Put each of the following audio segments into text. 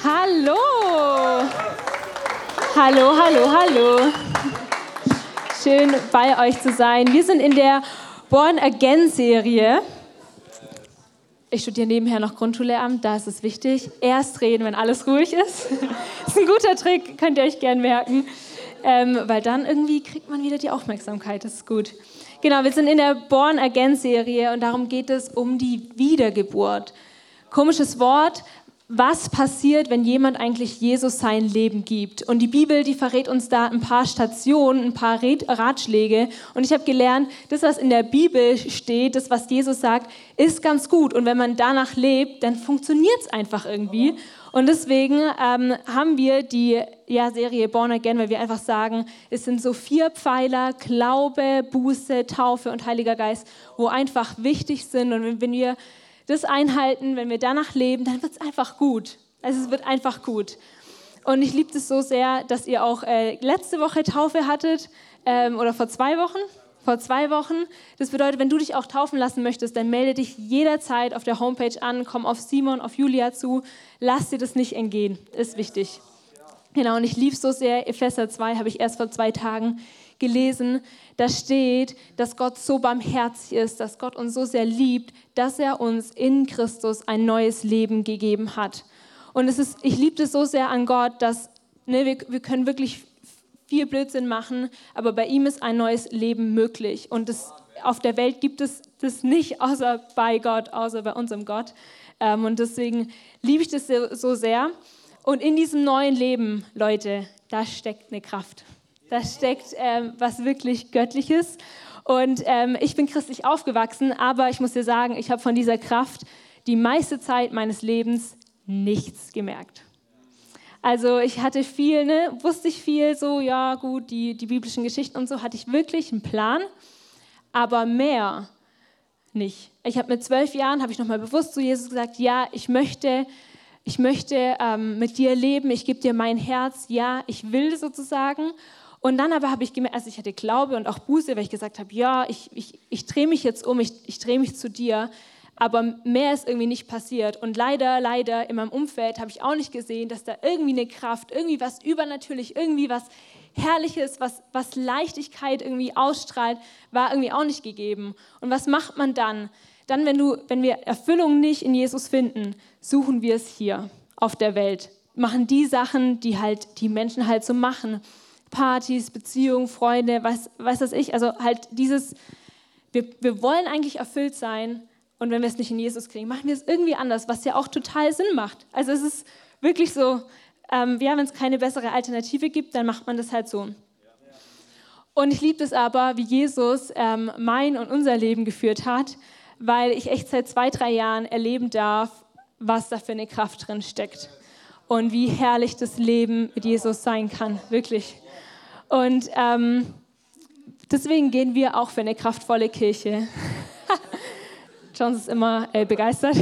Hallo! Hallo, hallo, hallo. Schön bei euch zu sein. Wir sind in der Born Again Serie. Ich studiere nebenher noch Grundschullehramt, da ist es wichtig. Erst reden, wenn alles ruhig ist. Das ist ein guter Trick, könnt ihr euch gern merken. Weil dann irgendwie kriegt man wieder die Aufmerksamkeit, das ist gut. Genau, wir sind in der Born Again Serie und darum geht es um die Wiedergeburt. Komisches Wort. Was passiert, wenn jemand eigentlich Jesus sein Leben gibt? Und die Bibel, die verrät uns da ein paar Stationen, ein paar Ratschläge. Und ich habe gelernt, das, was in der Bibel steht, das, was Jesus sagt, ist ganz gut. Und wenn man danach lebt, dann funktioniert es einfach irgendwie. Und deswegen haben wir die Serie Born Again, weil wir einfach sagen, es sind so 4 Pfeiler, Glaube, Buße, Taufe und Heiliger Geist, wo einfach wichtig sind. Und wenn wir das einhalten, wenn wir danach leben, dann wird es einfach gut. Also es wird einfach gut. Und ich liebe es so sehr, dass ihr auch letzte Woche Taufe hattet oder vor 2 Wochen. Vor 2 Wochen. Das bedeutet, wenn du dich auch taufen lassen möchtest, dann melde dich jederzeit auf der Homepage an, komm auf Simon, auf Julia zu. Lass dir das nicht entgehen. Ist wichtig. Genau, und ich liebe es so sehr. Epheser 2 habe ich erst vor 2 Tagen gelesen, da steht, dass Gott so barmherzig ist, dass Gott uns so sehr liebt, dass er uns in Christus ein neues Leben gegeben hat. Und ich liebe es so sehr an Gott, dass wir können wirklich viel Blödsinn machen, aber bei ihm ist ein neues Leben möglich. Und auf der Welt gibt es das nicht, außer bei Gott, außer bei unserem Gott. Und deswegen liebe ich das so sehr. Und in diesem neuen Leben, Leute, da steckt eine Kraft. Da steckt was wirklich Göttliches. Und ich bin christlich aufgewachsen, aber ich muss dir sagen, ich habe von dieser Kraft die meiste Zeit meines Lebens nichts gemerkt. Also ich hatte viel, wusste ich viel, so ja gut, die biblischen Geschichten und so, hatte ich wirklich einen Plan, aber mehr nicht. Ich habe mit 12 Jahren, habe ich nochmal bewusst zu Jesus gesagt, ja, ich möchte mit dir leben, ich gebe dir mein Herz, ja, ich will sozusagen. Und dann aber habe ich gemerkt, also ich hatte Glaube und auch Buße, weil ich gesagt habe, ja, ich drehe mich jetzt um, ich drehe mich zu dir, aber mehr ist irgendwie nicht passiert. Und leider in meinem Umfeld habe ich auch nicht gesehen, dass da irgendwie eine Kraft, irgendwie was übernatürlich, irgendwie was Herrliches, was Leichtigkeit irgendwie ausstrahlt, war irgendwie auch nicht gegeben. Und was macht man dann? Dann, wenn wir Erfüllung nicht in Jesus finden, suchen wir es hier auf der Welt. Machen die Sachen, die Menschen halt so machen. Partys, Beziehungen, Freunde, weiß das ich. Also halt wir wollen eigentlich erfüllt sein und wenn wir es nicht in Jesus kriegen, machen wir es irgendwie anders, was ja auch total Sinn macht. Also es ist wirklich so, wenn es keine bessere Alternative gibt, dann macht man das halt so. Und ich liebe es aber, wie Jesus mein und unser Leben geführt hat, weil ich echt seit 2-3 Jahren erleben darf, was da für eine Kraft drin steckt und wie herrlich das Leben mit Jesus sein kann, wirklich. Und deswegen gehen wir auch für eine kraftvolle Kirche. John ist immer begeistert.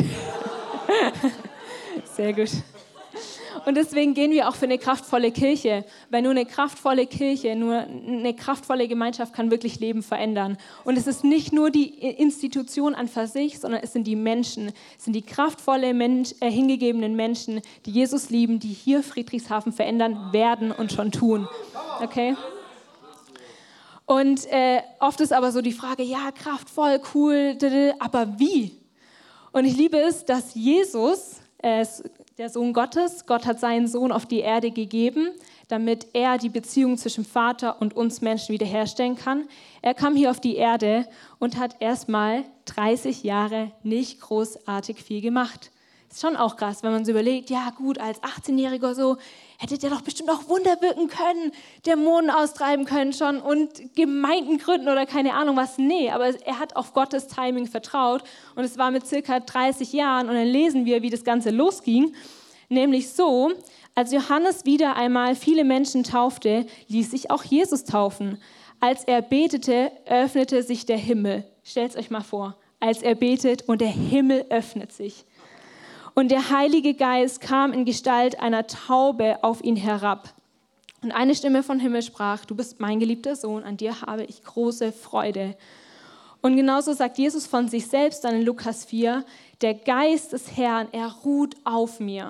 Sehr gut. Und deswegen gehen wir auch für eine kraftvolle Kirche, weil nur eine kraftvolle Kirche, nur eine kraftvolle Gemeinschaft kann wirklich Leben verändern. Und es ist nicht nur die Institution an für sich, sondern es sind die Menschen, es sind die kraftvolle, hingegebenen Menschen, die Jesus lieben, die hier Friedrichshafen verändern werden und schon tun. Okay? Und oft ist aber so die Frage, ja, kraftvoll, cool, aber wie? Und ich liebe es, dass Jesus, der Sohn Gottes, Gott hat seinen Sohn auf die Erde gegeben, damit er die Beziehung zwischen Vater und uns Menschen wiederherstellen kann. Er kam hier auf die Erde und hat erstmal 30 Jahre nicht großartig viel gemacht. Ist schon auch krass, wenn man so überlegt, ja gut, als 18-Jähriger so, hätte der doch bestimmt auch Wunder wirken können, Dämonen austreiben können schon und Gemeinden gründen oder keine Ahnung was. Nee, aber er hat auf Gottes Timing vertraut und es war mit circa 30 Jahren und dann lesen wir, wie das Ganze losging. Nämlich so, als Johannes wieder einmal viele Menschen taufte, ließ sich auch Jesus taufen. Als er betete, öffnete sich der Himmel. Stellt es euch mal vor, als er betet und der Himmel öffnet sich. Und der Heilige Geist kam in Gestalt einer Taube auf ihn herab. Und eine Stimme vom Himmel sprach, du bist mein geliebter Sohn, an dir habe ich große Freude. Und genauso sagt Jesus von sich selbst dann in Lukas 4, der Geist des Herrn, er ruht auf mir.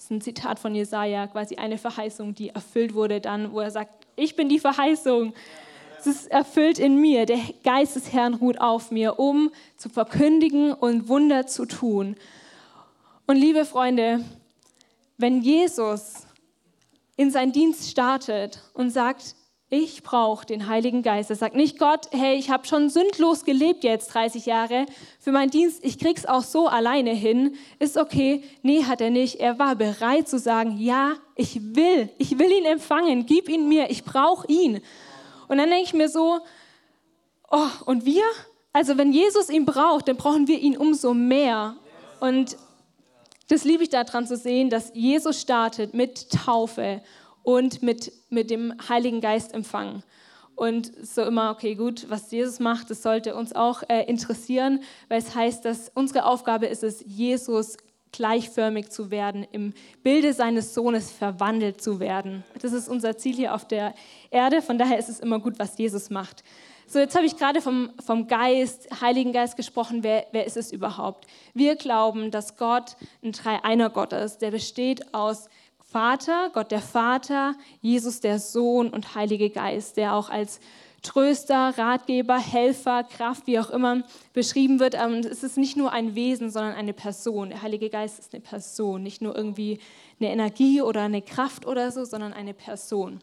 Das ist ein Zitat von Jesaja, quasi eine Verheißung, die erfüllt wurde dann, wo er sagt, ich bin die Verheißung. Es ist erfüllt in mir. Der Geist des Herrn ruht auf mir, um zu verkündigen und Wunder zu tun. Und liebe Freunde, wenn Jesus in seinen Dienst startet und sagt, ich brauche den Heiligen Geist. Er sagt nicht Gott, hey, ich habe schon sündlos gelebt jetzt 30 Jahre für meinen Dienst, ich krieg's auch so alleine hin, ist okay. Nee, hat er nicht. Er war bereit zu sagen, ja, ich will ihn empfangen, gib ihn mir, ich brauche ihn. Und dann denke ich mir so, oh, und wir? Also wenn Jesus ihn braucht, dann brauchen wir ihn umso mehr. Und das liebe ich daran zu sehen, dass Jesus startet mit Taufe und mit dem Heiligen Geist empfangen. Und so immer, okay, gut, was Jesus macht, das sollte uns auch interessieren, weil es heißt, dass unsere Aufgabe ist es, Jesus gleichförmig zu werden, im Bilde seines Sohnes verwandelt zu werden. Das ist unser Ziel hier auf der Erde, von daher ist es immer gut, was Jesus macht. So, jetzt habe ich gerade vom Geist, Heiligen Geist gesprochen. Wer ist es überhaupt? Wir glauben, dass Gott ein Dreieiner Gott ist, der besteht aus Vater, Gott der Vater, Jesus der Sohn und Heilige Geist, der auch als Tröster, Ratgeber, Helfer, Kraft, wie auch immer beschrieben wird. Es ist nicht nur ein Wesen, sondern eine Person. Der Heilige Geist ist eine Person, nicht nur irgendwie eine Energie oder eine Kraft oder so, sondern eine Person.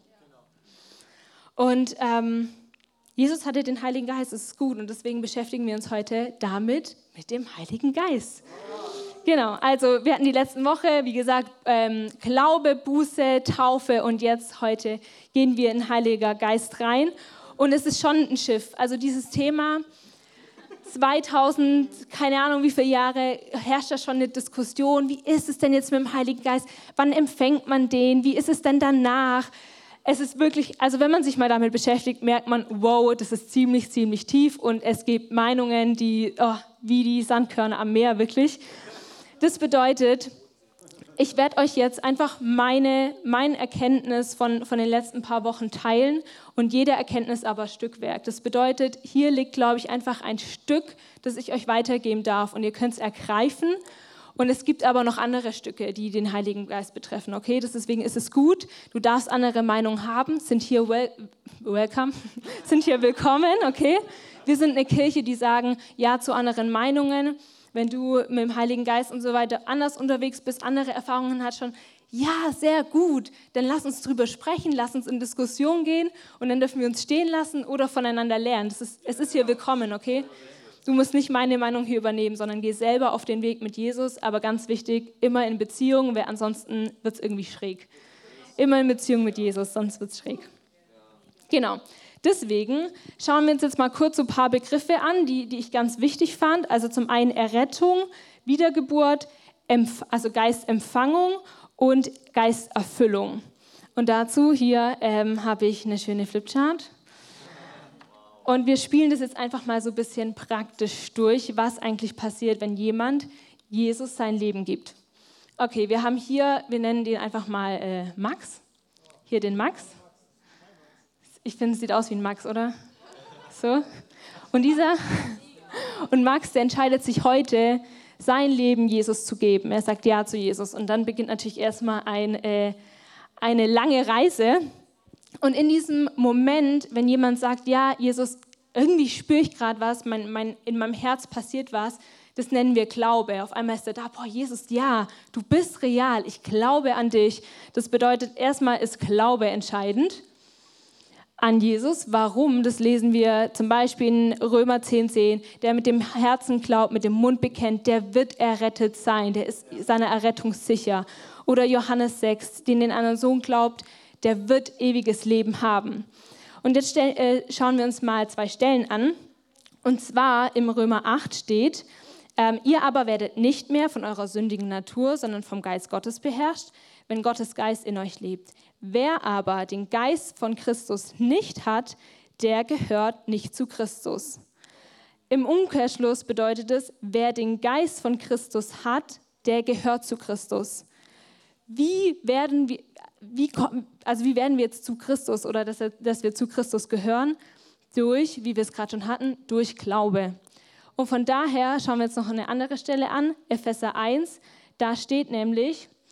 Und Jesus hatte den Heiligen Geist, das ist gut, und deswegen beschäftigen wir uns heute damit, mit dem Heiligen Geist. Genau, also wir hatten die letzten Woche, wie gesagt, Glaube, Buße, Taufe und jetzt heute gehen wir in Heiliger Geist rein. Und es ist schon ein Schiff. Also dieses Thema, 2000, keine Ahnung wie viele Jahre, herrscht da schon eine Diskussion. Wie ist es denn jetzt mit dem Heiligen Geist? Wann empfängt man den? Wie ist es denn danach? Es ist wirklich, also wenn man sich mal damit beschäftigt, merkt man, wow, das ist ziemlich, ziemlich tief. Und es gibt Meinungen, die, wie die Sandkörner am Meer, wirklich. Das bedeutet, ich werde euch jetzt einfach mein Erkenntnis von den letzten paar Wochen teilen und jede Erkenntnis aber Stückwerk. Das bedeutet, hier liegt, glaube ich, einfach ein Stück, das ich euch weitergeben darf und ihr könnt es ergreifen. Und es gibt aber noch andere Stücke, die den Heiligen Geist betreffen. Okay, deswegen ist es gut, du darfst andere Meinungen haben, sind hier welcome, sind hier willkommen, okay? Wir sind eine Kirche, die sagen Ja zu anderen Meinungen. Wenn du mit dem Heiligen Geist und so weiter anders unterwegs bist, andere Erfahrungen hast schon, ja, sehr gut, dann lass uns drüber sprechen, lass uns in Diskussion gehen und dann dürfen wir uns stehen lassen oder voneinander lernen. Es ist hier willkommen, okay? Du musst nicht meine Meinung hier übernehmen, sondern geh selber auf den Weg mit Jesus, aber ganz wichtig, immer in Beziehung, weil ansonsten wird es irgendwie schräg. Immer in Beziehung mit Jesus, sonst wird es schräg. Genau. Deswegen schauen wir uns jetzt mal kurz so ein paar Begriffe an, die ich ganz wichtig fand. Also zum einen Errettung, Wiedergeburt, also Geistempfangung und Geisterfüllung. Und dazu hier habe ich eine schöne Flipchart. Und wir spielen das jetzt einfach mal so ein bisschen praktisch durch, was eigentlich passiert, wenn jemand Jesus sein Leben gibt. Okay, wir haben hier, wir nennen den einfach mal Max. Hier den Max. Ich finde, es sieht aus wie ein Max, oder? So. Und Max, der entscheidet sich heute, sein Leben Jesus zu geben. Er sagt Ja zu Jesus. Und dann beginnt natürlich erstmal eine lange Reise. Und in diesem Moment, wenn jemand sagt, ja, Jesus, irgendwie spüre ich gerade was, in meinem Herz passiert was, das nennen wir Glaube. Auf einmal ist er da, boah, Jesus, ja, du bist real, ich glaube an dich. Das bedeutet, erstmal ist Glaube entscheidend an Jesus. Warum? Das lesen wir zum Beispiel in Römer 10,10. Der mit dem Herzen glaubt, mit dem Mund bekennt, der wird errettet sein, der ist seiner Errettung sicher. Oder Johannes 6, den den anderen Sohn glaubt, der wird ewiges Leben haben. Und jetzt schauen wir uns mal 2 Stellen an. Und zwar im Römer 8 steht, ihr aber werdet nicht mehr von eurer sündigen Natur, sondern vom Geist Gottes beherrscht, wenn Gottes Geist in euch lebt. Wer aber den Geist von Christus nicht hat, der gehört nicht zu Christus. Im Umkehrschluss bedeutet es, wer den Geist von Christus hat, der gehört zu Christus. Wie werden wir jetzt zu Christus oder dass wir zu Christus gehören? Durch, wie wir es gerade schon hatten, durch Glaube. Und von daher schauen wir jetzt noch eine andere Stelle an, Epheser 1, da steht nämlich,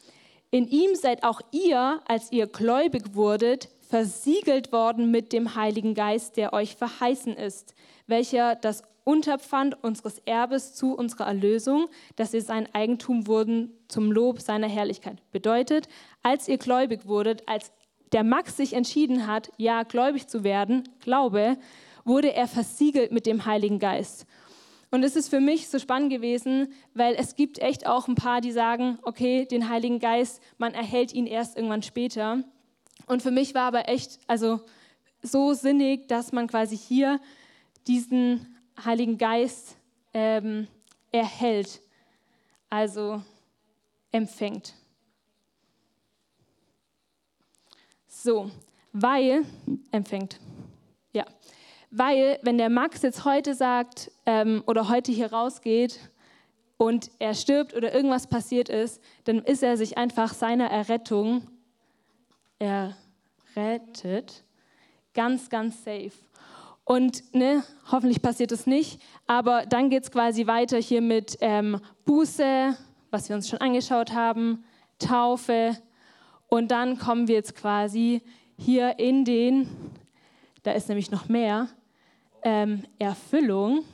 In ihm seid auch ihr, als ihr gläubig wurdet, versiegelt worden mit dem Heiligen Geist, der euch verheißen ist, welcher das Unterpfand unseres Erbes zu unserer Erlösung, dass ihr sein Eigentum wurden zum Lob seiner Herrlichkeit. Bedeutet, als ihr gläubig wurdet, als der Max sich entschieden hat, ja, gläubig zu werden, Glaube, wurde er versiegelt mit dem Heiligen Geist. Und es ist für mich so spannend gewesen, weil es gibt echt auch ein paar, die sagen, okay, den Heiligen Geist, man erhält ihn erst irgendwann später. Und für mich war aber echt so sinnig, dass man quasi hier diesen Heiligen Geist erhält, also empfängt. So, weil, wenn der Max jetzt heute sagt oder heute hier rausgeht und er stirbt oder irgendwas passiert ist, dann ist er sich einfach seiner Errettung errettet, ganz, ganz safe. Und hoffentlich passiert es nicht, aber dann geht es quasi weiter hier mit Buße, was wir uns schon angeschaut haben, Taufe. Und dann kommen wir jetzt quasi hier da ist nämlich noch mehr, Erfüllung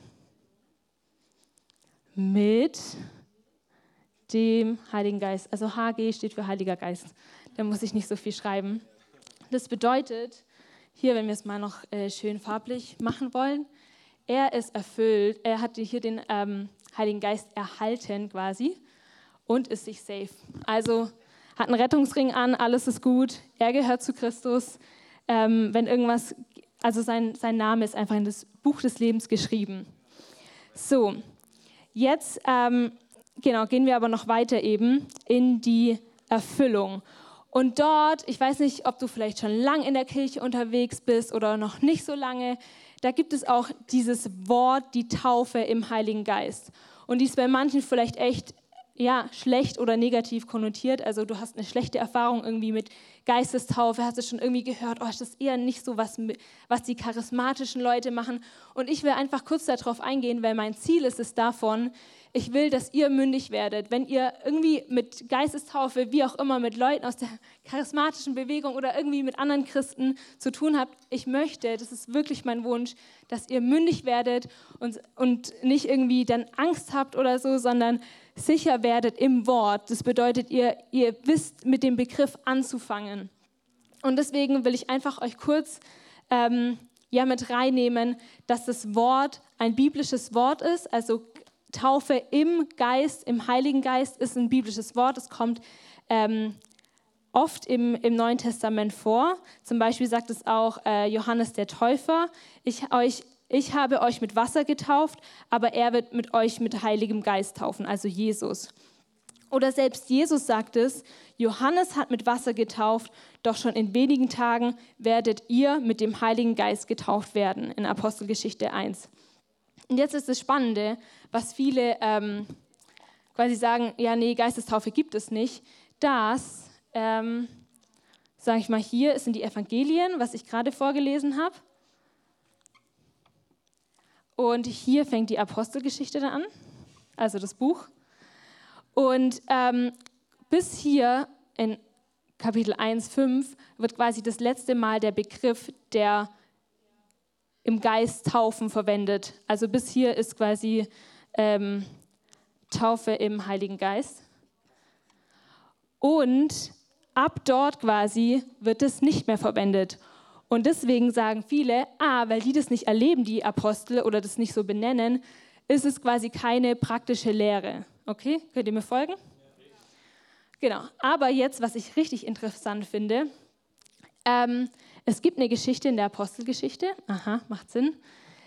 mit dem Heiligen Geist. Also HG steht für Heiliger Geist. Da muss ich nicht so viel schreiben. Das bedeutet, hier, wenn wir es mal noch schön farblich machen wollen, er ist erfüllt, er hat hier den Heiligen Geist erhalten quasi und ist sich safe. Also hat einen Rettungsring an, alles ist gut, er gehört zu Christus. Wenn irgendwas, also sein Name ist einfach in das Buch des Lebens geschrieben. So, jetzt gehen wir aber noch weiter eben in die Erfüllung. Und dort, ich weiß nicht, ob du vielleicht schon lange in der Kirche unterwegs bist oder noch nicht so lange, da gibt es auch dieses Wort, die Taufe im Heiligen Geist. Und die ist bei manchen vielleicht echt schlecht oder negativ konnotiert. Also du hast eine schlechte Erfahrung irgendwie mit Geistestaufe, hast du schon irgendwie gehört, ist das eher nicht so, was die charismatischen Leute machen. Und ich will einfach kurz darauf eingehen, weil mein Ziel ist es davon, ich will, dass ihr mündig werdet. Wenn ihr irgendwie mit Geistestaufe, wie auch immer, mit Leuten aus der charismatischen Bewegung oder irgendwie mit anderen Christen zu tun habt, ich möchte, das ist wirklich mein Wunsch, dass ihr mündig werdet und nicht irgendwie dann Angst habt oder so, sondern sicher werdet im Wort. Das bedeutet, ihr wisst, mit dem Begriff anzufangen. Und deswegen will ich einfach euch kurz mit reinnehmen, dass das Wort ein biblisches Wort ist. Also Taufe im Geist, im Heiligen Geist ist ein biblisches Wort. Es kommt oft im Neuen Testament vor. Zum Beispiel sagt es auch Johannes der Täufer, ich habe euch mit Wasser getauft, aber er wird mit euch mit Heiligem Geist taufen, also Jesus. Oder selbst Jesus sagt es, Johannes hat mit Wasser getauft, doch schon in wenigen Tagen werdet ihr mit dem Heiligen Geist getauft werden, in Apostelgeschichte 1. Und jetzt ist das Spannende, was viele quasi sagen, ja nee, Geistestaufe gibt es nicht, das, sage ich mal hier, sind die Evangelien, was ich gerade vorgelesen habe. Und hier fängt die Apostelgeschichte dann an, also das Buch. Und bis hier in Kapitel 1,5 wird quasi das letzte Mal der Begriff der im Geist Taufen verwendet. Also bis hier ist quasi Taufe im Heiligen Geist. Und ab dort quasi wird es nicht mehr verwendet. Und deswegen sagen viele, weil die das nicht erleben, die Apostel, oder das nicht so benennen, ist es quasi keine praktische Lehre. Okay, könnt ihr mir folgen? Genau, aber jetzt, was ich richtig interessant finde, es gibt eine Geschichte in der Apostelgeschichte, macht Sinn,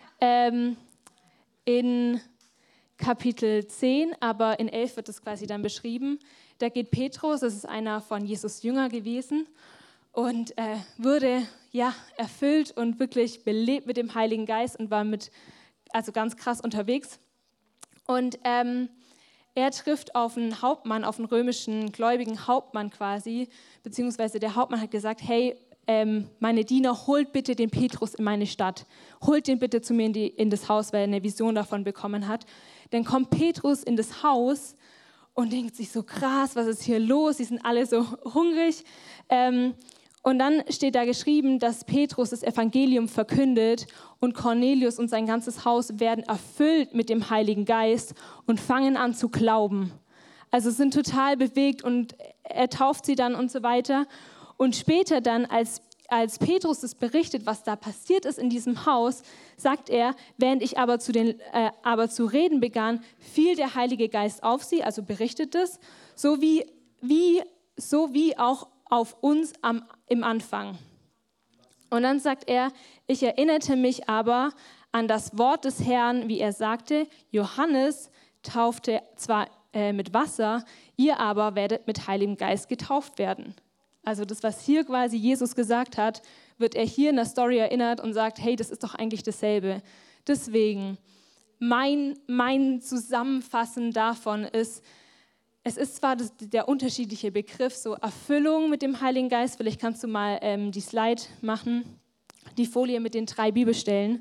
in Kapitel 10, aber in 11 wird es quasi dann beschrieben. Da geht Petrus, das ist einer von Jesus Jünger gewesen, und wurde erfüllt und wirklich belebt mit dem Heiligen Geist und war also ganz krass unterwegs. Und er trifft auf einen Hauptmann, auf einen römischen gläubigen Hauptmann quasi, beziehungsweise der Hauptmann hat gesagt, hey, meine Diener, holt bitte den Petrus in meine Stadt. Holt den bitte zu mir in das Haus, weil er eine Vision davon bekommen hat. Dann kommt Petrus in das Haus und denkt sich so, krass, was ist hier los? Die sind alle so hungrig. Und dann steht da geschrieben, dass Petrus das Evangelium verkündet und Cornelius und sein ganzes Haus werden erfüllt mit dem Heiligen Geist und fangen an zu glauben. Also sind total bewegt und er tauft sie dann und so weiter. Und später dann, als Petrus das berichtet, was da passiert ist in diesem Haus, sagt er, während ich aber zu reden begann, fiel der Heilige Geist auf sie, also berichtet es, so wie auch auf uns im Anfang. Und dann sagt er, ich erinnerte mich aber an das Wort des Herrn, wie er sagte, Johannes taufte zwar mit Wasser, ihr aber werdet mit Heiligem Geist getauft werden. Also das, was hier quasi Jesus gesagt hat, wird er hier in der Story erinnert und sagt, hey, das ist doch eigentlich dasselbe. Deswegen, mein Zusammenfassen davon ist, es ist zwar der unterschiedliche Begriff, so Erfüllung mit dem Heiligen Geist, vielleicht kannst du mal die Slide machen, die Folie mit den 3 Bibelstellen,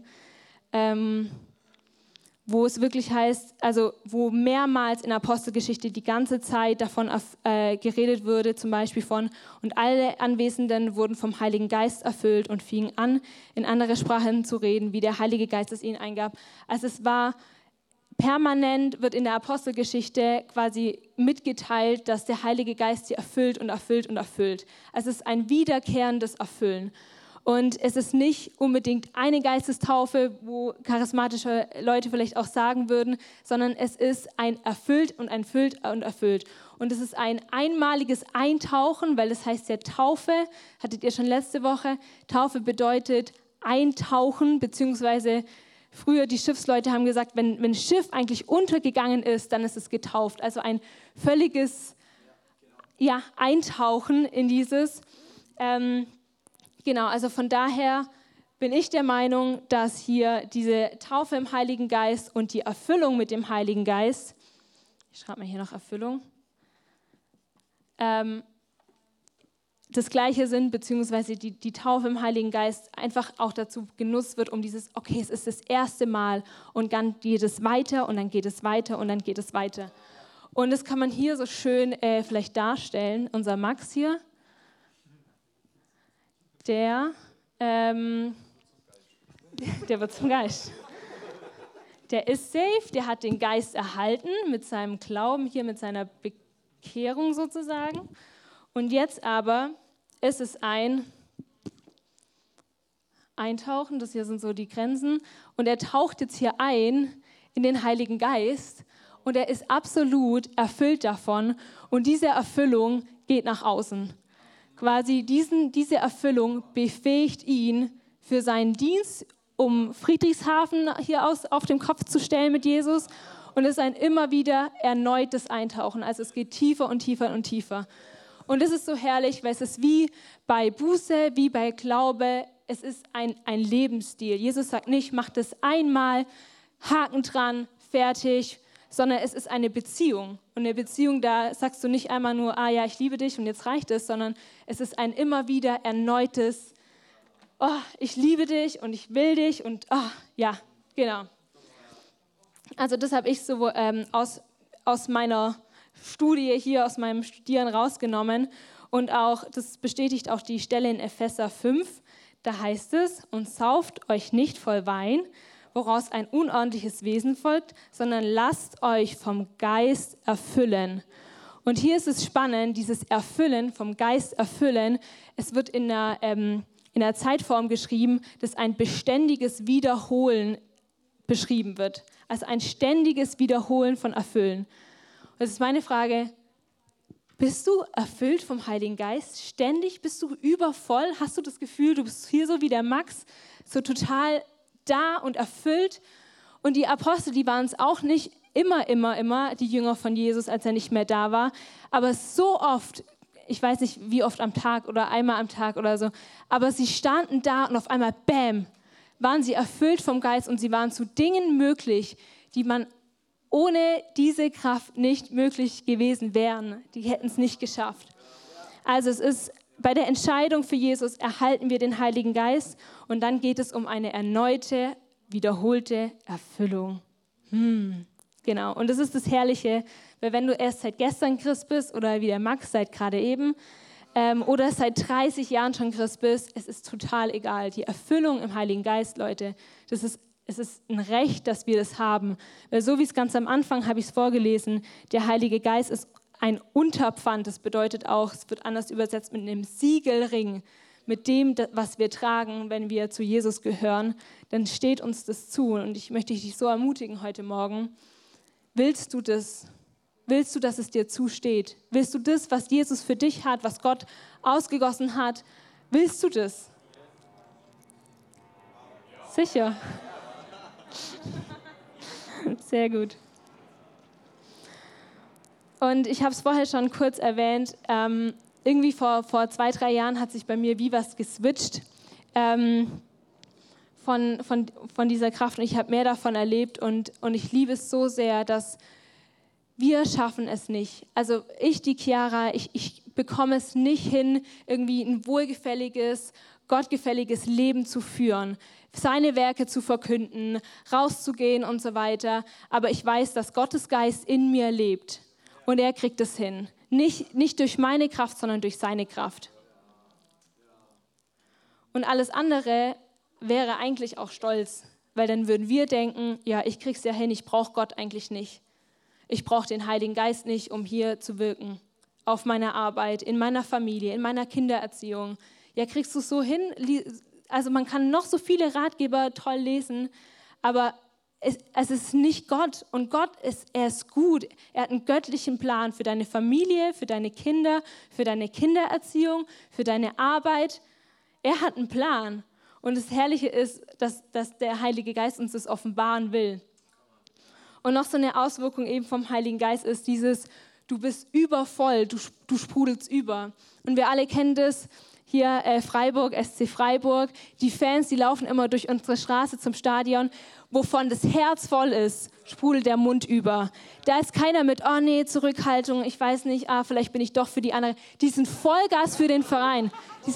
wo es wirklich heißt, also wo mehrmals in der Apostelgeschichte die ganze Zeit davon geredet wurde, zum Beispiel von, und alle Anwesenden wurden vom Heiligen Geist erfüllt und fingen an, in andere Sprachen zu reden, wie der Heilige Geist es ihnen eingab. Also es war permanent, wird in der Apostelgeschichte quasi mitgeteilt, dass der Heilige Geist sie erfüllt und erfüllt und erfüllt. Also es ist ein wiederkehrendes Erfüllen. Und es ist nicht unbedingt eine Geistestaufe, wo charismatische Leute vielleicht auch sagen würden, sondern es ist ein erfüllt und erfüllt und erfüllt. Und es ist ein einmaliges Eintauchen, weil das heißt ja Taufe, hattet ihr schon letzte Woche. Taufe bedeutet eintauchen, beziehungsweise früher die Schiffsleute haben gesagt, wenn ein Schiff eigentlich untergegangen ist, dann ist es getauft. Also ein völliges Eintauchen in dieses. Genau, also von daher bin ich der Meinung, dass hier diese Taufe im Heiligen Geist und die Erfüllung mit dem Heiligen Geist, ich schreibe mal hier noch Erfüllung, das Gleiche sind, beziehungsweise die Taufe im Heiligen Geist einfach auch dazu genutzt wird, um dieses, okay, es ist das erste Mal und dann geht es weiter und dann geht es weiter und dann geht es weiter. Und das kann man hier so schön vielleicht darstellen, unser Max hier. Der wird zum Geist. Der ist safe, der hat den Geist erhalten mit seinem Glauben, hier mit seiner Bekehrung sozusagen. Und jetzt aber ist es ein Eintauchen, das hier sind so die Grenzen, und er taucht jetzt hier ein in den Heiligen Geist und er ist absolut erfüllt davon und diese Erfüllung geht nach außen. Quasi diese Erfüllung befähigt ihn für seinen Dienst, um Friedrichshafen hier auf dem Kopf zu stellen mit Jesus. Und es ist ein immer wieder erneutes Eintauchen. Also es geht tiefer und tiefer und tiefer. Und es ist so herrlich, weil es ist wie bei Buße, wie bei Glaube. Es ist ein Lebensstil. Jesus sagt nicht, mach das einmal, Haken dran, fertig, sondern es ist eine Beziehung. Und eine Beziehung, da sagst du nicht einmal nur, ja, ich liebe dich und jetzt reicht es, sondern es ist ein immer wieder erneutes, ich liebe dich und ich will dich und ja, genau. Also das habe ich so aus meiner Studie hier, aus meinem Studieren rausgenommen und auch, das bestätigt auch die Stelle in Epheser 5, da heißt es, und sauft euch nicht voll Wein, woraus ein unordentliches Wesen folgt, sondern lasst euch vom Geist erfüllen. Und hier ist es spannend, dieses Erfüllen, vom Geist erfüllen, es wird in der Zeitform geschrieben, dass ein beständiges Wiederholen beschrieben wird. Also ein ständiges Wiederholen von Erfüllen. Und das ist meine Frage, bist du erfüllt vom Heiligen Geist? Ständig? Bist du übervoll? Hast du das Gefühl, du bist hier so wie der Max, so total da und erfüllt? Und die Apostel, die waren es auch nicht immer, die Jünger von Jesus, als er nicht mehr da war. Aber so oft, ich weiß nicht, wie oft am Tag oder einmal am Tag oder so, aber sie standen da und auf einmal, bam, waren sie erfüllt vom Geist und sie waren zu Dingen möglich, die man ohne diese Kraft nicht möglich gewesen wären. Die hätten es nicht geschafft. Also es ist bei der Entscheidung für Jesus, erhalten wir den Heiligen Geist und dann geht es um eine erneute, wiederholte Erfüllung. Genau, und das ist das Herrliche, weil wenn du erst seit gestern Christ bist oder wie der Max seit gerade eben oder seit 30 Jahren schon Christ bist, es ist total egal. Die Erfüllung im Heiligen Geist, Leute, es ist ein Recht, dass wir das haben. Weil so wie es ganz am Anfang, habe ich es vorgelesen, der Heilige Geist ist ein Unterpfand. Das bedeutet auch, es wird anders übersetzt mit einem Siegelring, mit dem, was wir tragen, wenn wir zu Jesus gehören, dann steht uns das zu. Und ich möchte dich so ermutigen heute Morgen. Willst du das? Willst du, dass es dir zusteht? Willst du das, was Jesus für dich hat, was Gott ausgegossen hat? Willst du das? Sicher. Sehr gut. Und ich habe es vorher schon kurz erwähnt, irgendwie vor 2-3 Jahren hat sich bei mir wie was geswitcht von dieser Kraft und ich habe mehr davon erlebt und ich liebe es so sehr, dass wir schaffen es nicht. Also ich, die Chiara, ich bekomme es nicht hin, irgendwie ein wohlgefälliges, gottgefälliges Leben zu führen, seine Werke zu verkünden, rauszugehen und so weiter. Aber ich weiß, dass Gottes Geist in mir lebt und er kriegt es hin. Nicht durch meine Kraft, sondern durch seine Kraft. Und alles andere wäre eigentlich auch Stolz, weil dann würden wir denken, ja, ich krieg's ja hin, ich brauche Gott eigentlich nicht. Ich brauche den Heiligen Geist nicht, um hier zu wirken. Auf meiner Arbeit, in meiner Familie, in meiner Kindererziehung. Ja, kriegst du es so hin? Also man kann noch so viele Ratgeber toll lesen, aber es ist nicht Gott. Und er ist gut. Er hat einen göttlichen Plan für deine Familie, für deine Kinder, für deine Kindererziehung, für deine Arbeit. Er hat einen Plan. Und das Herrliche ist, dass der Heilige Geist uns das offenbaren will. Und noch so eine Auswirkung eben vom Heiligen Geist ist dieses, du bist übervoll, du sprudelst über. Und wir alle kennen das, hier Freiburg, SC Freiburg, die Fans, die laufen immer durch unsere Straße zum Stadion, wovon das Herz voll ist, sprudelt der Mund über. Da ist keiner mit, oh nee, Zurückhaltung, ich weiß nicht, vielleicht bin ich doch für die andere. Die sind Vollgas für den Verein,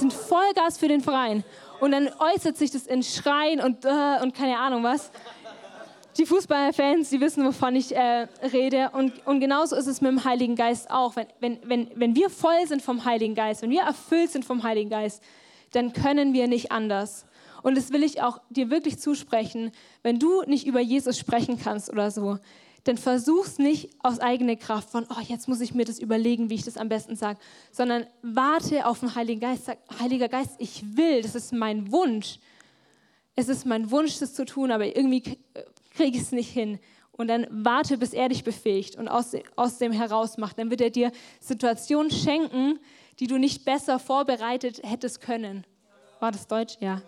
Und dann äußert sich das in Schreien und keine Ahnung was. Die Fußballfans, die wissen, wovon ich rede. Und genauso ist es mit dem Heiligen Geist auch. Wenn wir voll sind vom Heiligen Geist, wenn wir erfüllt sind vom Heiligen Geist, dann können wir nicht anders. Und das will ich auch dir wirklich zusprechen. Wenn du nicht über Jesus sprechen kannst oder so, dann versuch's nicht aus eigener Kraft von, jetzt muss ich mir das überlegen, wie ich das am besten sage, sondern warte auf den Heiligen Geist. Sag, Heiliger Geist, ich will, das ist mein Wunsch. Es ist mein Wunsch, das zu tun, aber irgendwie kriege ich es nicht hin. Und dann warte, bis er dich befähigt und aus dem heraus macht. Dann wird er dir Situationen schenken, die du nicht besser vorbereitet hättest können. War das Deutsch? Ja.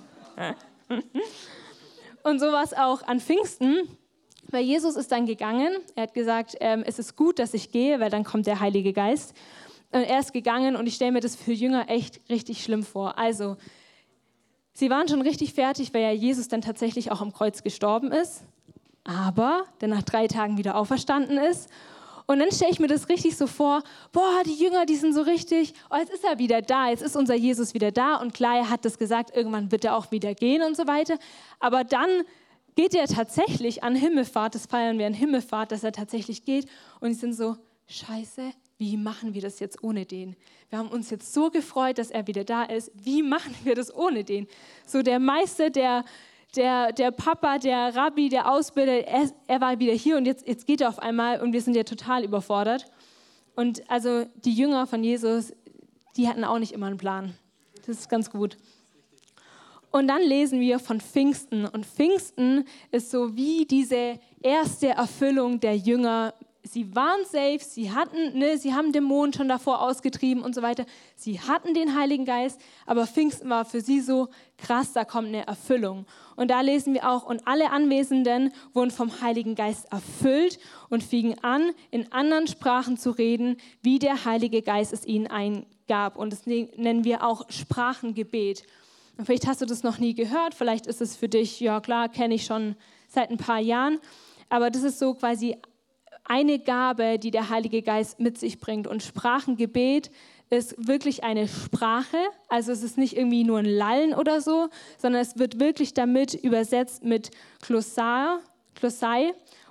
Und so war es auch an Pfingsten, weil Jesus ist dann gegangen. Er hat gesagt, es ist gut, dass ich gehe, weil dann kommt der Heilige Geist. Und er ist gegangen und ich stelle mir das für Jünger echt richtig schlimm vor. Also, sie waren schon richtig fertig, weil ja Jesus dann tatsächlich auch am Kreuz gestorben ist, aber der nach 3 Tagen wieder auferstanden ist. Und dann stelle ich mir das richtig so vor, die Jünger, die sind so richtig, jetzt ist er wieder da, jetzt ist unser Jesus wieder da. Und klar, er hat das gesagt, irgendwann wird er auch wieder gehen und so weiter. Aber dann geht er tatsächlich an Himmelfahrt, das feiern wir an Himmelfahrt, dass er tatsächlich geht. Und die sind so, scheiße, wie machen wir das jetzt ohne den? Wir haben uns jetzt so gefreut, dass er wieder da ist. Wie machen wir das ohne den? So der Meister, der Papa, der Rabbi, der Ausbilder, er war wieder hier und jetzt geht er auf einmal und wir sind ja total überfordert. Und also die Jünger von Jesus, die hatten auch nicht immer einen Plan. Das ist ganz gut. Und dann lesen wir von Pfingsten. Und Pfingsten ist so wie diese erste Erfüllung der Jünger. Sie waren safe, sie haben Dämonen schon davor ausgetrieben und so weiter. Sie hatten den Heiligen Geist, aber Pfingsten war für sie so krass, da kommt eine Erfüllung. Und da lesen wir auch, und alle Anwesenden wurden vom Heiligen Geist erfüllt und fingen an, in anderen Sprachen zu reden, wie der Heilige Geist es ihnen eingab. Und das nennen wir auch Sprachengebet. Und vielleicht hast du das noch nie gehört, vielleicht ist es für dich, ja klar, kenne ich schon seit ein paar Jahren, aber das ist so quasi eine Gabe, die der Heilige Geist mit sich bringt. Und Sprachengebet ist wirklich eine Sprache. Also es ist nicht irgendwie nur ein Lallen oder so, sondern es wird wirklich damit übersetzt mit Glossai.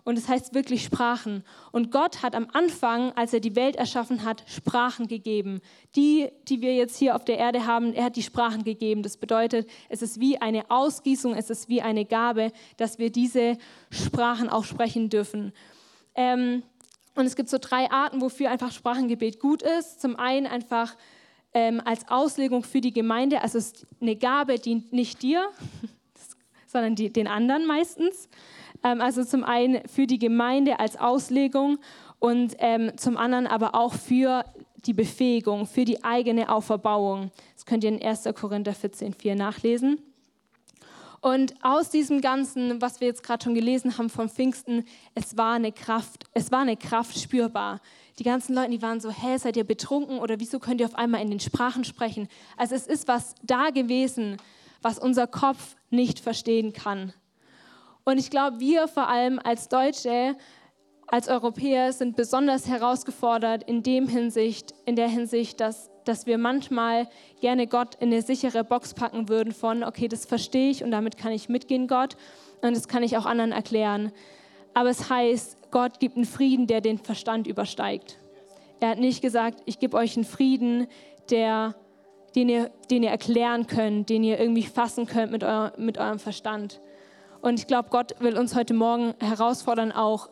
Und es heißt wirklich Sprachen. Und Gott hat am Anfang, als er die Welt erschaffen hat, Sprachen gegeben. Die wir jetzt hier auf der Erde haben, er hat die Sprachen gegeben. Das bedeutet, es ist wie eine Ausgießung, es ist wie eine Gabe, dass wir diese Sprachen auch sprechen dürfen. Und es gibt so 3 Arten, wofür einfach Sprachengebet gut ist. Zum einen einfach als Auslegung für die Gemeinde. Also es ist eine Gabe, dient nicht dir, sondern den anderen meistens. Also zum einen für die Gemeinde als Auslegung und zum anderen aber auch für die Befähigung, für die eigene Auferbauung. Das könnt ihr in 1. Korinther 14,4 nachlesen. Und aus diesem Ganzen, was wir jetzt gerade schon gelesen haben vom Pfingsten, es war eine Kraft spürbar. Die ganzen Leute, die waren so, seid ihr betrunken oder wieso könnt ihr auf einmal in den Sprachen sprechen? Also es ist was da gewesen, was unser Kopf nicht verstehen kann. Und ich glaube, wir vor allem als Deutsche, als Europäer sind besonders herausgefordert in der Hinsicht, dass wir manchmal gerne Gott in eine sichere Box packen würden von, okay, das verstehe ich und damit kann ich mitgehen, Gott, und das kann ich auch anderen erklären. Aber es heißt, Gott gibt einen Frieden, der den Verstand übersteigt. Er hat nicht gesagt, ich gebe euch einen Frieden, den ihr erklären könnt, den ihr irgendwie fassen könnt mit eurem Verstand. Und ich glaube, Gott will uns heute Morgen herausfordern, auch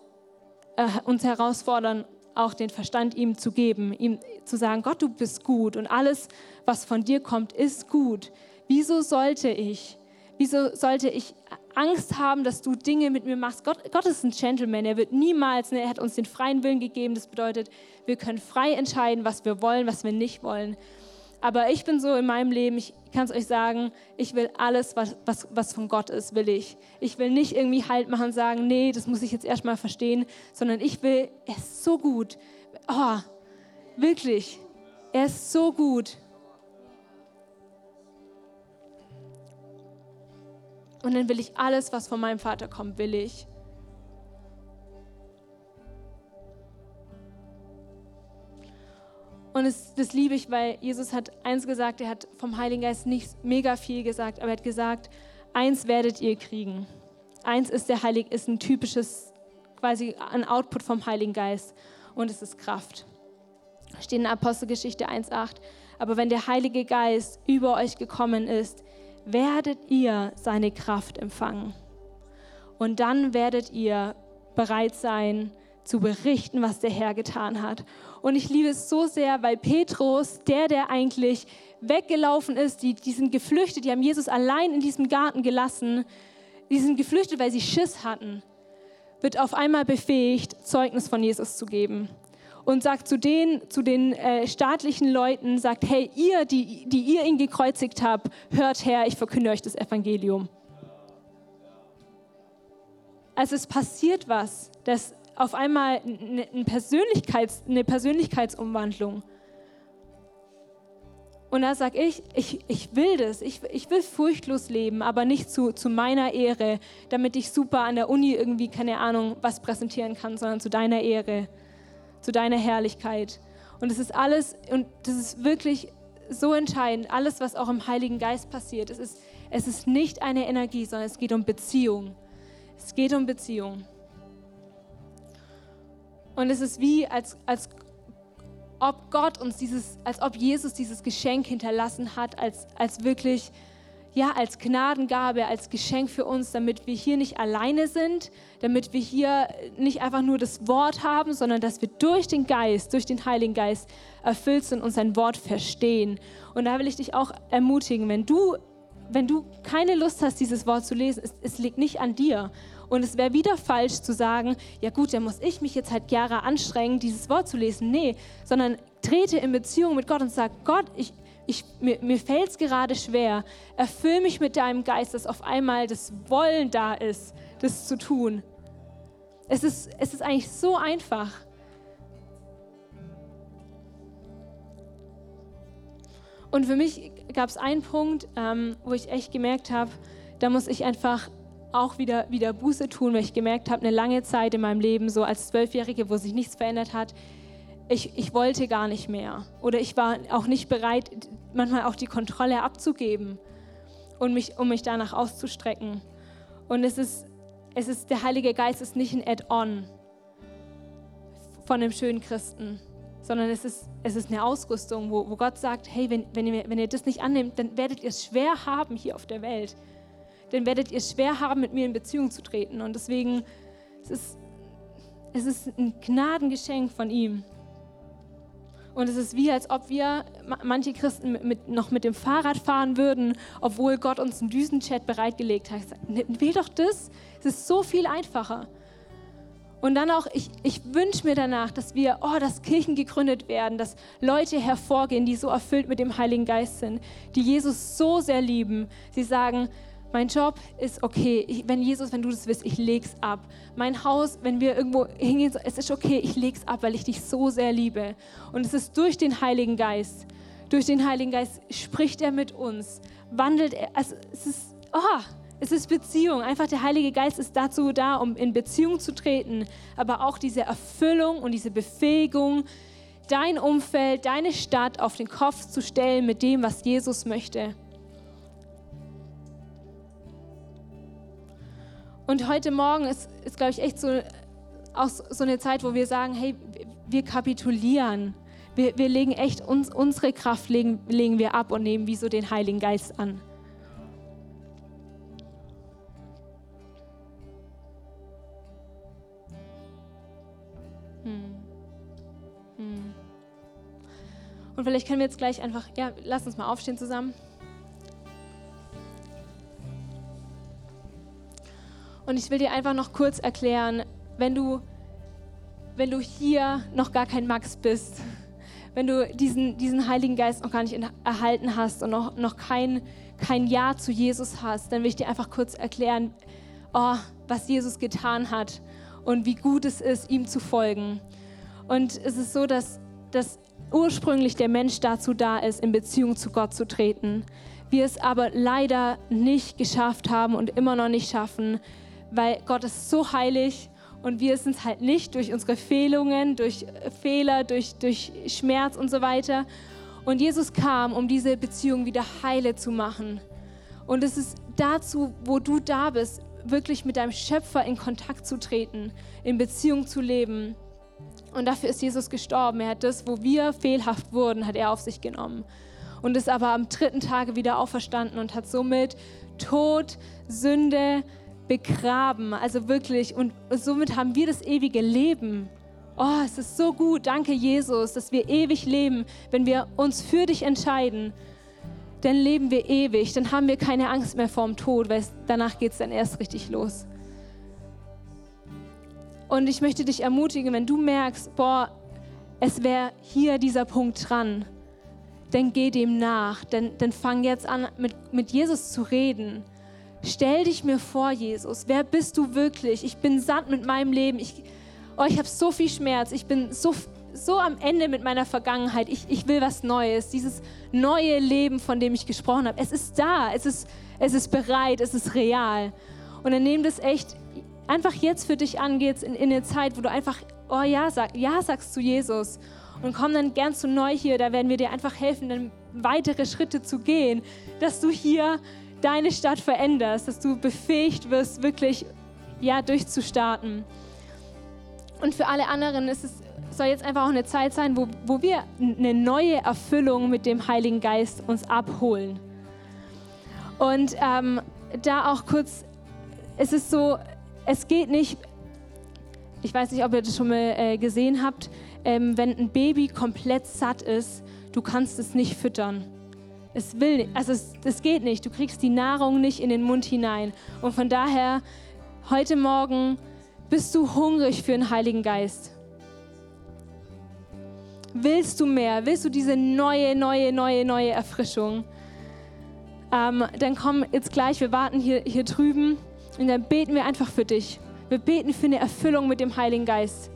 den Verstand ihm zu geben, ihm zu sagen, Gott, du bist gut und alles, was von dir kommt, ist gut. Wieso sollte ich Angst haben, dass du Dinge mit mir machst? Gott ist ein Gentleman, er hat uns den freien Willen gegeben. Das bedeutet, wir können frei entscheiden, was wir wollen, was wir nicht wollen. Aber ich bin so in meinem Leben, ich kann es euch sagen, ich will alles, was von Gott ist, will ich. Ich will nicht irgendwie Halt machen und sagen, nee, das muss ich jetzt erstmal verstehen, sondern er ist so gut. Oh, wirklich, er ist so gut. Und dann will ich alles, was von meinem Vater kommt, will ich. Und das liebe ich, weil Jesus hat eins gesagt, er hat vom Heiligen Geist nicht mega viel gesagt, aber er hat gesagt, eins werdet ihr kriegen. Eins ist ein typisches, quasi ein Output vom Heiligen Geist und es ist Kraft. Steht in Apostelgeschichte 1,8. Aber wenn der Heilige Geist über euch gekommen ist, werdet ihr seine Kraft empfangen. Und dann werdet ihr bereit sein, zu berichten, was der Herr getan hat. Und ich liebe es so sehr, weil Petrus, der eigentlich weggelaufen ist, die sind geflüchtet, die haben Jesus allein in diesem Garten gelassen, die sind geflüchtet, weil sie Schiss hatten, wird auf einmal befähigt, Zeugnis von Jesus zu geben. Und sagt zu den staatlichen Leuten, sagt, hey, ihr, die ihr ihn gekreuzigt habt, hört her, ich verkünde euch das Evangelium. Also es passiert was, dass auf einmal eine Persönlichkeitsumwandlung. Und da sage ich will das, ich will furchtlos leben, aber nicht zu meiner Ehre, damit ich super an der Uni irgendwie, keine Ahnung, was präsentieren kann, sondern zu deiner Ehre, zu deiner Herrlichkeit. Und das ist alles, und das ist wirklich so entscheidend, alles, was auch im Heiligen Geist passiert. Es ist nicht eine Energie, sondern es geht um Beziehung. Es geht um Beziehung. Und es ist wie, als ob Gott uns als ob Jesus dieses Geschenk hinterlassen hat, als wirklich, ja, als Gnadengabe, als Geschenk für uns, damit wir hier nicht alleine sind, damit wir hier nicht einfach nur das Wort haben, sondern dass wir durch den Geist, durch den Heiligen Geist erfüllt sind und sein Wort verstehen. Und da will ich dich auch ermutigen, wenn du keine Lust hast, dieses Wort zu lesen, es liegt nicht an dir. Und es wäre wieder falsch zu sagen, ja gut, dann muss ich mich jetzt halt Jahre anstrengen, dieses Wort zu lesen. Nee, sondern trete in Beziehung mit Gott und sag, Gott, mir fällt es gerade schwer. Erfüll mich mit deinem Geist, dass auf einmal das Wollen da ist, das zu tun. Es ist eigentlich so einfach. Und für mich gab es einen Punkt, wo ich echt gemerkt habe, da muss ich einfach auch wieder Buße tun, weil ich gemerkt habe, eine lange Zeit in meinem Leben, so als 12-Jährige, wo sich nichts verändert hat, ich wollte gar nicht mehr. Oder ich war auch nicht bereit, manchmal auch die Kontrolle abzugeben und um mich danach auszustrecken. Und es ist der Heilige Geist ist nicht ein Add-on von einem schönen Christen, sondern es ist eine Ausrüstung, wo Gott sagt, hey, wenn ihr das nicht annehmt, dann werdet ihr es schwer haben hier auf der Welt. Dann werdet ihr es schwer haben, mit mir in Beziehung zu treten. Und deswegen, es ist ein Gnadengeschenk von ihm. Und es ist wie, als ob wir, manche Christen noch mit dem Fahrrad fahren würden, obwohl Gott uns einen Düsenjet bereitgelegt hat. Wähl doch das, es ist so viel einfacher. Und dann auch, ich wünsche mir danach, dass dass Kirchen gegründet werden, dass Leute hervorgehen, die so erfüllt mit dem Heiligen Geist sind, die Jesus so sehr lieben. Sie sagen, mein Job ist okay, wenn du das willst, ich leg's ab. Mein Haus, wenn wir irgendwo hingehen, es ist okay, ich leg's ab, weil ich dich so sehr liebe. Und es ist durch den Heiligen Geist. Durch den Heiligen Geist spricht er mit uns, wandelt er. Also es ist Beziehung. Einfach der Heilige Geist ist dazu da, um in Beziehung zu treten, aber auch diese Erfüllung und diese Befähigung, dein Umfeld, deine Stadt auf den Kopf zu stellen mit dem, was Jesus möchte. Und heute Morgen ist glaube ich, echt auch so eine Zeit, wo wir sagen, hey, wir kapitulieren. Wir legen echt unsere Kraft legen wir ab und nehmen wie so den Heiligen Geist an. Und vielleicht können wir jetzt gleich einfach, lass uns mal aufstehen zusammen. Und ich will dir einfach noch kurz erklären, wenn du hier noch gar kein Max bist, wenn du diesen Heiligen Geist noch gar nicht erhalten hast und noch kein Ja zu Jesus hast, dann will ich dir einfach kurz erklären, was Jesus getan hat und wie gut es ist, ihm zu folgen. Und es ist so, dass ursprünglich der Mensch dazu da ist, in Beziehung zu Gott zu treten. Wir es aber leider nicht geschafft haben und immer noch nicht schaffen, weil Gott ist so heilig und wir sind es halt nicht durch unsere Fehlungen, durch Fehler, durch Schmerz und so weiter. Und Jesus kam, um diese Beziehung wieder heile zu machen. Und es ist dazu, wo du da bist, wirklich mit deinem Schöpfer in Kontakt zu treten, in Beziehung zu leben. Und dafür ist Jesus gestorben. Er hat das, wo wir fehlhaft wurden, hat er auf sich genommen. Und ist aber am 3. Tage wieder auferstanden und hat somit Tod, Sünde begraben. Also wirklich. Und somit haben wir das ewige Leben. Oh, es ist so gut. Danke, Jesus, dass wir ewig leben. Wenn wir uns für dich entscheiden, dann leben wir ewig. Dann haben wir keine Angst mehr vor dem Tod, weil danach geht es dann erst richtig los. Und ich möchte dich ermutigen, wenn du merkst, es wäre hier dieser Punkt dran, dann geh dem nach. Dann fang jetzt an, mit Jesus zu reden. Stell dich mir vor, Jesus. Wer bist du wirklich? Ich bin satt mit meinem Leben. Ich habe so viel Schmerz. Ich bin so am Ende mit meiner Vergangenheit. Ich will was Neues. Dieses neue Leben, von dem ich gesprochen habe. Es ist da. Es ist bereit. Es ist real. Und dann nimm das echt einfach jetzt für dich an, geht's in eine Zeit, wo du einfach ja sagst zu Jesus und komm dann gern zu neu hier, da werden wir dir einfach helfen, dann weitere Schritte zu gehen, dass du hier deine Stadt veränderst, dass du befähigt wirst, wirklich durchzustarten. Und für alle anderen soll jetzt einfach auch eine Zeit sein, wo wir eine neue Erfüllung mit dem Heiligen Geist uns abholen. Und da auch kurz, es ist so, es geht nicht, ich weiß nicht, ob ihr das schon mal gesehen habt, wenn ein Baby komplett satt ist, du kannst es nicht füttern. Es geht nicht, du kriegst die Nahrung nicht in den Mund hinein. Und von daher, heute Morgen, bist du hungrig für den Heiligen Geist? Willst du mehr? Willst du diese neue Erfrischung? Dann komm jetzt gleich, wir warten hier drüben. Und dann beten wir einfach für dich. Wir beten für eine Erfüllung mit dem Heiligen Geist.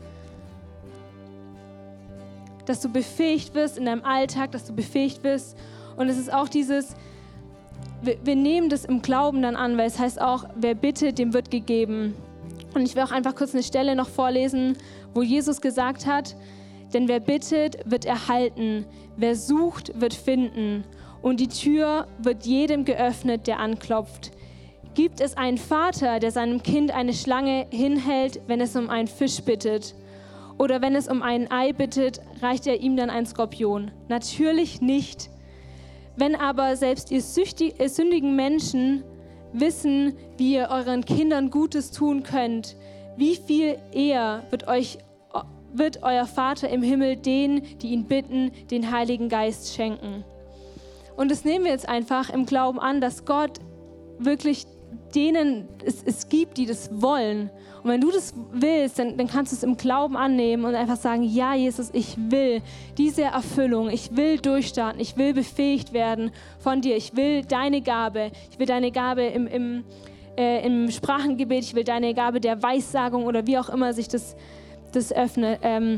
Dass du befähigt wirst in deinem Alltag, dass du befähigt wirst. Und es ist auch wir nehmen das im Glauben dann an, weil es heißt auch, wer bittet, dem wird gegeben. Und ich will auch einfach kurz eine Stelle noch vorlesen, wo Jesus gesagt hat, denn wer bittet, wird erhalten. Wer sucht, wird finden. Und die Tür wird jedem geöffnet, der anklopft. Gibt es einen Vater, der seinem Kind eine Schlange hinhält, wenn es um einen Fisch bittet? Oder wenn es um ein Ei bittet, reicht er ihm dann einen Skorpion? Natürlich nicht. Wenn aber selbst ihr sündigen Menschen wissen, wie ihr euren Kindern Gutes tun könnt, wie viel eher wird euer Vater im Himmel denen, die ihn bitten, den Heiligen Geist schenken. Und das nehmen wir jetzt einfach im Glauben an, dass Gott wirklich denen es gibt, die das wollen. Und wenn du das willst, dann kannst du es im Glauben annehmen und einfach sagen, ja Jesus, ich will diese Erfüllung, ich will durchstarten, ich will befähigt werden von dir, ich will deine Gabe im Sprachengebet, ich will deine Gabe der Weissagung oder wie auch immer sich das öffnet,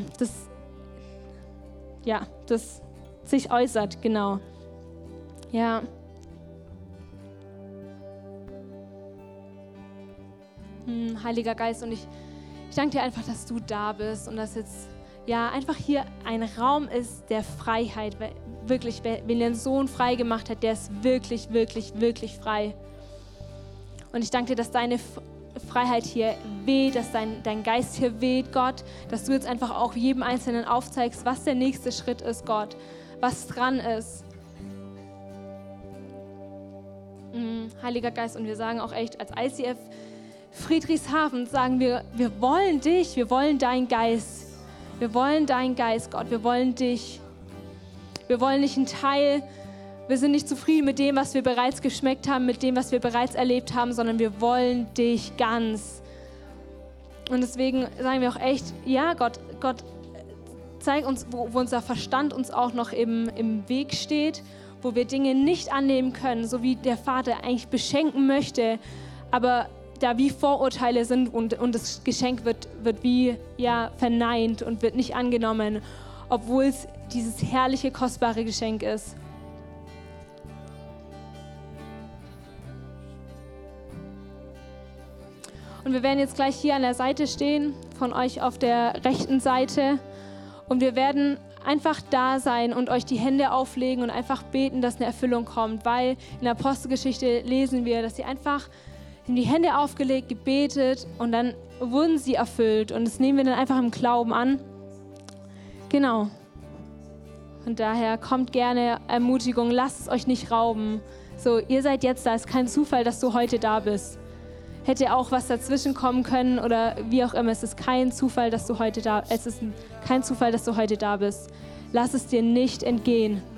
das sich äußert, genau. Ja. Heiliger Geist, und ich danke dir einfach, dass du da bist und dass jetzt einfach hier ein Raum ist der Freiheit. Wirklich, wenn den Sohn frei gemacht hat, der ist wirklich, wirklich, wirklich frei. Und ich danke dir, dass deine Freiheit hier weht, dass dein Geist hier weht, Gott, dass du jetzt einfach auch jedem Einzelnen aufzeigst, was der nächste Schritt ist, Gott, was dran ist. Heiliger Geist, und wir sagen auch echt als ICF Friedrichshafen, sagen wir wollen dich, wir wollen deinen Geist. Wir wollen deinen Geist, Gott, wir wollen dich. Wir wollen nicht einen Teil, wir sind nicht zufrieden mit dem, was wir bereits geschmeckt haben, mit dem, was wir bereits erlebt haben, sondern wir wollen dich ganz. Und deswegen sagen wir auch echt, ja Gott, zeig uns, wo unser Verstand uns auch noch im Weg steht, wo wir Dinge nicht annehmen können, so wie der Vater eigentlich beschenken möchte, aber da wie Vorurteile sind und das Geschenk wird wie verneint und wird nicht angenommen, obwohl es dieses herrliche, kostbare Geschenk ist. Und wir werden jetzt gleich hier an der Seite stehen, von euch auf der rechten Seite, und wir werden einfach da sein und euch die Hände auflegen und einfach beten, dass eine Erfüllung kommt, weil in der Apostelgeschichte lesen wir, dass sie einfach haben die Hände aufgelegt, gebetet und dann wurden sie erfüllt. Und das nehmen wir dann einfach im Glauben an. Genau. Und daher kommt gerne Ermutigung, lasst es euch nicht rauben. So, ihr seid jetzt da, es ist kein Zufall, dass du heute da bist. Hätte auch was dazwischen kommen können oder wie auch immer. Es ist kein Zufall, dass du heute da bist. Lass es dir nicht entgehen.